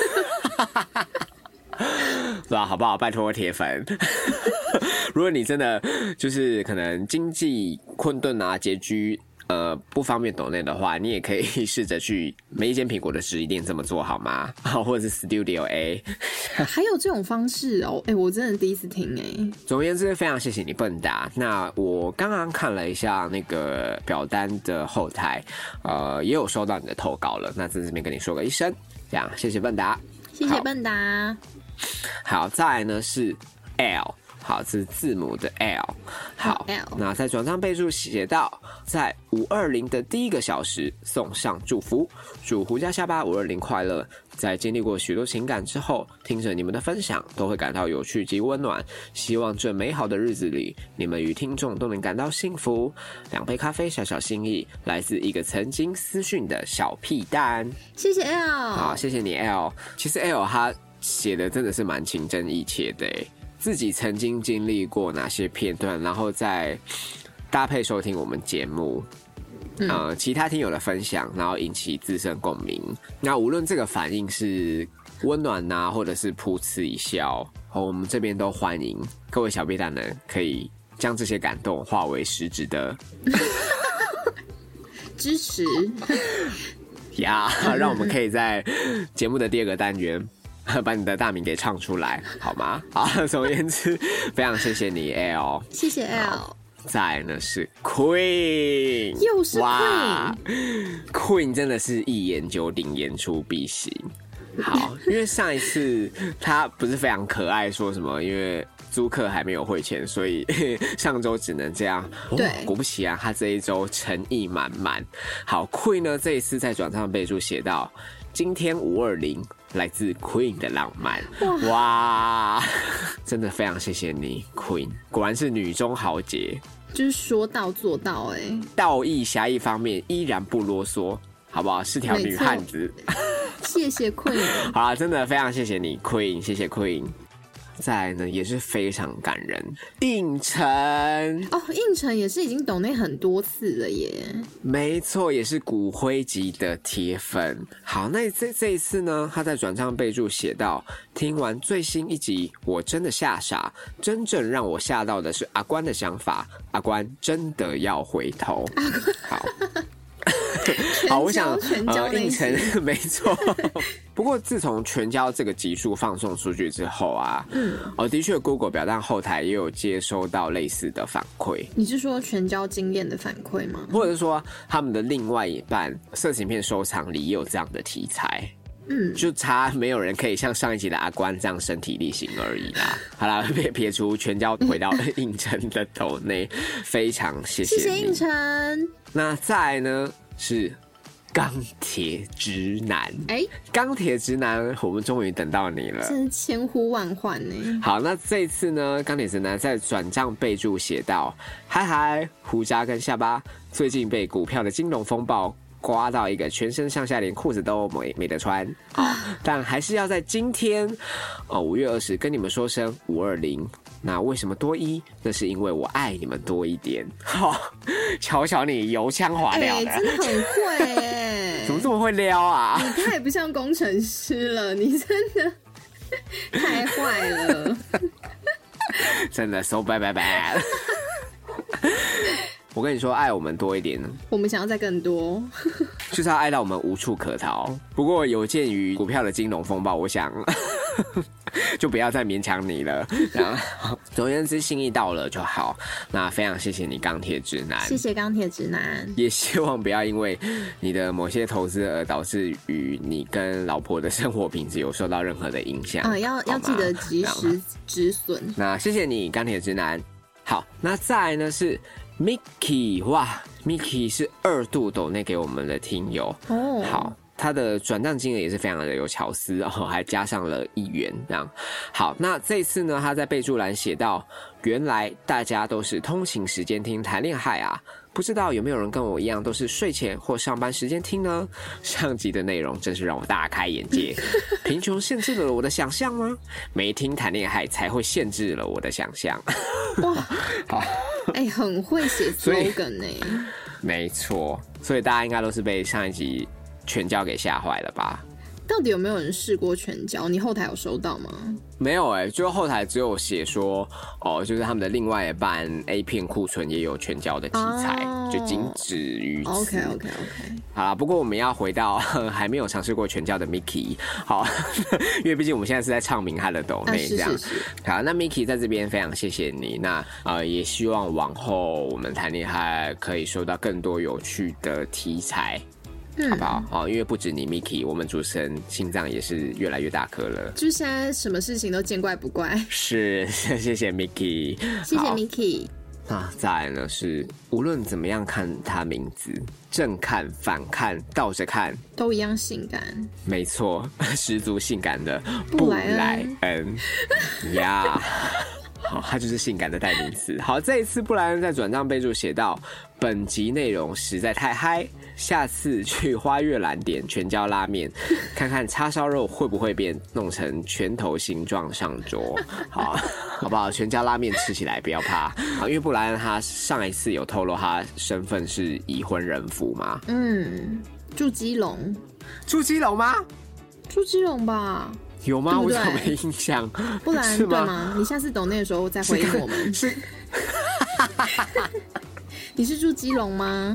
对吧？好不好？拜托铁粉。如果你真的就是可能经济困顿啊、拮据。不方便抖内的话，你也可以试着去每一间苹果的实体店这么做好吗？或者是 Studio A， 还有这种方式哦，我真的第一次听总而言之，非常谢谢你笨达。那我刚刚看了一下那个表单的后台，也有收到你的投稿了。那在这边跟你说个一声，这样谢谢笨达， 谢谢笨达。 好，再来呢是 L。好，这是字母的 L。好，那在转账备注写到，在520的第1个小时送上祝福，祝胡家下巴520快乐。在经历过许多情感之后，听着你们的分享，都会感到有趣及温暖。希望这美好的日子里，你们与听众都能感到幸福。2杯咖啡，小小心意，来自一个曾经私讯的小屁蛋。谢谢 L。好，谢谢你 L。其实 L 他写的真的是蛮情真意切的自己曾经经历过哪些片段，然后再搭配收听我们节目，其他听友的分享，然后引起自身共鸣。那无论这个反应是温暖啊，或者是噗嗤一笑，我们这边都欢迎各位小屁蛋呢，可以将这些感动化为实质的支持呀，让我们可以在节目的第2个单元。把你的大名给唱出来好吗？好，总而言之，非常谢谢你 L， 谢谢 L。再来呢是 Queen， 又是 Queen， 真的是一言九鼎，言出必行。好，因为上一次他不是非常可爱，说什么因为租客还没有汇钱，所以上周只能这样。 对， 果不其然，他这一周诚意满满。好 ，Queen 呢这一次在转账备注写到，今天520来自 Queen 的浪漫。哇，真的非常谢谢你 ，Queen， 果然是女中豪杰。 就是说到做到道义侠义方面依然不啰嗦，好不好？是条女汉子。 谢谢 Queen。 好啦，真的非常谢谢你 Queen， 谢谢 Queen。再来呢也是非常感人，应承应承也是已经抖内很多次了耶。 没错，也是骨灰级的铁粉。好，那这一次呢，他在转账备注写到，听完最新一集我真的吓傻，真正让我吓到的是阿关的想法，阿关真的要回头。好好，我想应承没错。不过自从全交这个集数放送出去之后啊，的确 Google 表单后台也有接收到类似的反馈。 你是说全交经验的反馈吗？ 或者是说他们的另外一半色情片收藏里也有这样的题材？就差没有人可以像上一集的阿关这样身体力行而已啦。好啦，撇除全交回到应承的斗内，非常谢谢你， 谢谢应承。 那再来呢是钢铁直男，钢铁直男，我们终于等到你了， 真是千呼万唤呢。 好，那这一次呢，钢铁直男在转账备注写到：嗨，胡渣跟下巴最近被股票的金融风暴刮到一个全身上下连裤子都没得穿，但还是要在今天5月20跟你们说声520。那为什么多一？那是因为我爱你们多一点。瞧瞧你油腔滑调的， 真的很会耶！ 怎么这么会撩啊？ 你太不像工程师了，你真的太坏了。 真的 so bad。我跟你说，爱我们多一点， 我们想要再更多， 就是要爱到我们无处可逃。不过有鉴于股票的金融风暴，我想就不要再勉强你了。总而言之，心意到了就好。那非常谢谢你，钢铁直男。 谢谢钢铁直男。 也希望不要因为你的某些投资而导致于你跟老婆的生活品质有受到任何的影响。 要记得及时止损。 那谢谢你，钢铁直男。好，那再来呢是 Mickey， 哇 ，Mickey 是2度抖内给我们的听友。好。他的转账金额也是非常的有巧思，还加上了1元这样。好，那这一次呢，他在备注栏写到：原来大家都是通勤时间听谈恋爱啊，不知道有没有人跟我一样都是睡前或上班时间听呢？上集的内容真是让我大开眼界。贫穷限制了我的想象吗？没听谈恋爱才会限制了我的想象。 哇，好，很会写 slogan 呢。 没错，所以大家应该都是被上一集全交给吓坏了吧？ 到底有没有人试过全交？你后台有收到吗？ 没有就后台只有写说就是他们的另外一半 A 片库存也有全交的题材，就仅止于此。 OK。 好啦，不过我们要回到还没有尝试过全交的 Mickey， 好，因为毕竟我们现在是在唱名他的抖内这样。好，那 Mickey 在这边非常谢谢你。那也希望往后我们谈恋爱可以收到更多有趣的题材。好不好？因为不止你 Mickey， 我们主持人心脏也是越来越大颗了。 就是现在什么事情都见怪不怪。 是，谢谢 Mickey， 谢谢 Mickey。 再来呢是无论怎么样看他名字，正看、反看、倒着看， 都一样性感。 没错，十足性感的布莱恩呀。好，他就是性感的代名词。好，这一次布莱恩在转账备注写到：本集内容实在太嗨，下次去花月兰点全交拉面，看看叉烧肉会不会变弄成拳头形状上桌。好不好？全交拉面吃起来不要怕。因为布莱恩他上一次有透露他身份是已婚人妇嘛。 住基隆。 住基隆吗？ 住基隆吧。 有吗？我怎么没印象？ 不然对吗？你下次抖内的时候再回应我们。 是， 你是住基隆吗？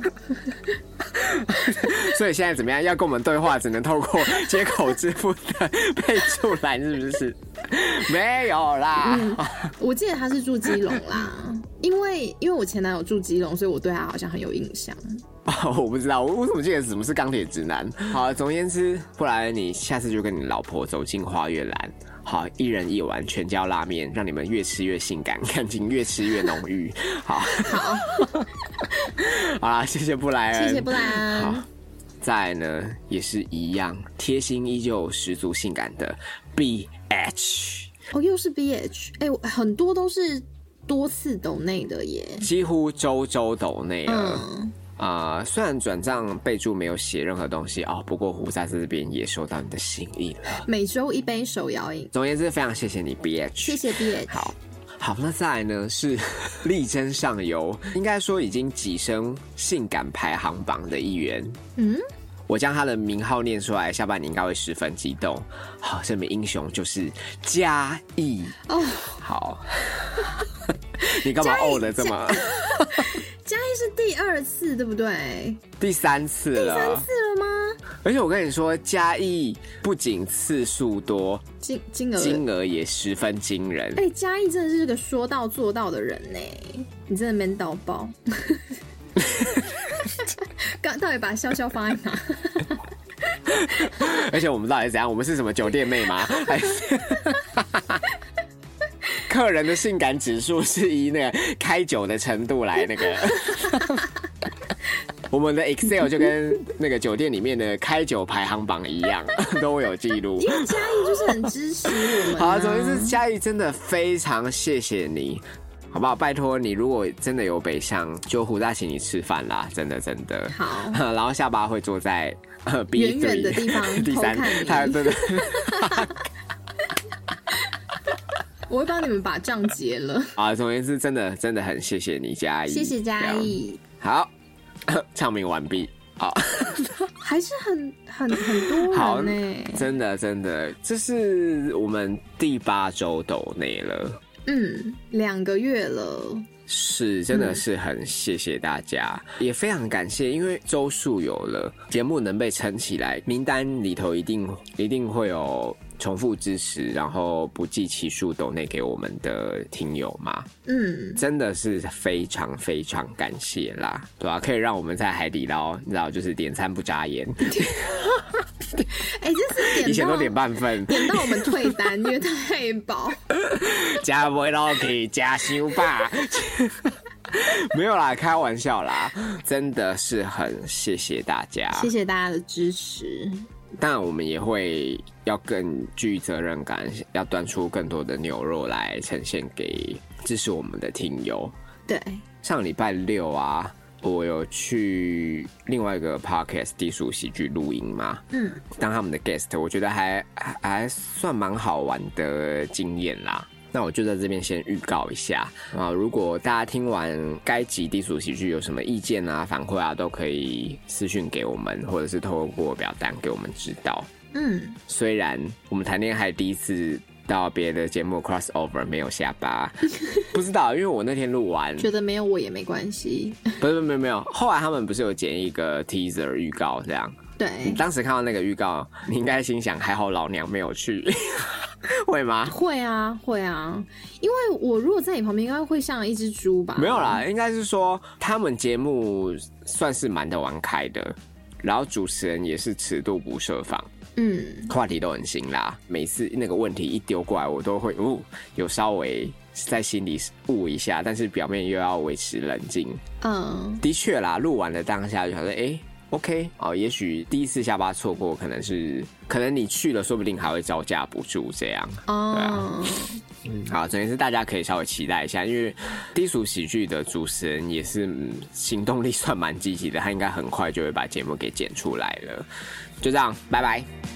所以现在怎么样？要跟我们对话，只能透过接口支付的备注栏，是不是？没有啦。 我记得他是住基隆啦，因为我前男友住基隆，所以我对他好像很有印象。 我不知道，我怎么记得什么是钢铁直男？好，总而言之，不然你下次就跟你老婆走进花月兰，好，一人一碗全椒拉面，让你们越吃越性感，感情越吃越浓郁。好，好啦，谢谢布莱恩， 谢谢布莱恩。 好，再来呢，也是一样，贴心依旧十足性感的 BH。 哦，又是 BH， 很多都是多次抖内的耶， 几乎周抖内了。虽然转账备注没有写任何东西哦，不过胡在这边也收到你的心意了。 每周一杯手摇饮。 总而言之，非常谢谢你 BH， 谢谢 BH。 好，那再来呢是力争上游，应该说已经跻身性感排行榜的一员。我将他的名号念出来，下半你应该会十分激动。好，这名英雄就是嘉义。哦，好，你干嘛哦的这么？ 嘉义是第2次，对不对？ 第3次了。 第3次了吗？ 而且我跟你说，嘉义不仅次数多，金额也十分惊人。 嘉义真的是个说到做到的人呢，你真的 man 到爆。刚到底把笑笑放在哪？ 而且我们到底是怎样？我们是什么酒店妹吗？客人的性感指数是以那个开酒的程度来那个。我们的 Excel 就跟那个酒店里面的开酒排行榜一样，都有记录。 因为嘉义就是很支持我们。 好，总之是嘉义真的非常谢谢你。好不好？拜托你，如果真的有北上，就胡大请你吃饭啦，真的。 好， 然后下巴会坐在远远的地方第3， 他对。 我会帮你们把账结了。 啊，总而言之，真的很谢谢你嘉义， 谢谢嘉义。 好，唱名完毕。好， 还是很多人呢。 真的，这是我们第8周抖内了。 2个月了， 是真的是很谢谢大家，也非常感谢，因为周数有了，节目能被撑起来，名单里头一定会有重复支持，然后不计其数抖内给我们的听友嘛。真的是非常非常感谢啦，对吧？可以让我们在海底捞，你知道，就是点餐不眨眼。 这是以前都点半份， 点到我们退单，因为太饱。 加不到可以加修吧？没有啦，开玩笑啦，真的是很谢谢大家， 谢谢大家的支持。 当然，我们也会要更具责任感，要端出更多的牛肉来呈现给支持我们的听友。 对， 上礼拜6啊，我有去另外一个 podcast 低俗喜剧录音嘛，当他们的 guest， 我觉得还算蛮好玩的经验啦。那我就在这边先预告一下啊，如果大家听完该集低俗喜剧有什么意见啊、反馈啊，都可以私讯给我们，或者是透过表单给我们知道。虽然我们谈恋爱第一次到别的节目 crossover 没有下巴，不知道，因为我那天录完觉得没有我也没关系。 不是没有，后来他们不是有剪一个 teaser 预告这样。 对， 你当时看到那个预告，你应该心想还好老娘没有去。会吗？ 会啊，因为我如果在你旁边，应该会像一只猪吧？ 没有啦，应该是说他们节目算是蛮的玩开的，然后主持人也是尺度不设防，话题都很辛辣，每次那个问题一丢过来，我都会有稍微在心里悟一下，但是表面又要维持冷静。的确啦，录完了当下就想说OK， 也许第一次下巴错过，可能你去了，说不定还会招架不住这样。对啊，好，总之是大家可以稍微期待一下，因为低俗喜剧的主持人也是行动力算蛮积极的，他应该很快就会把节目给剪出来了。就这样，拜拜。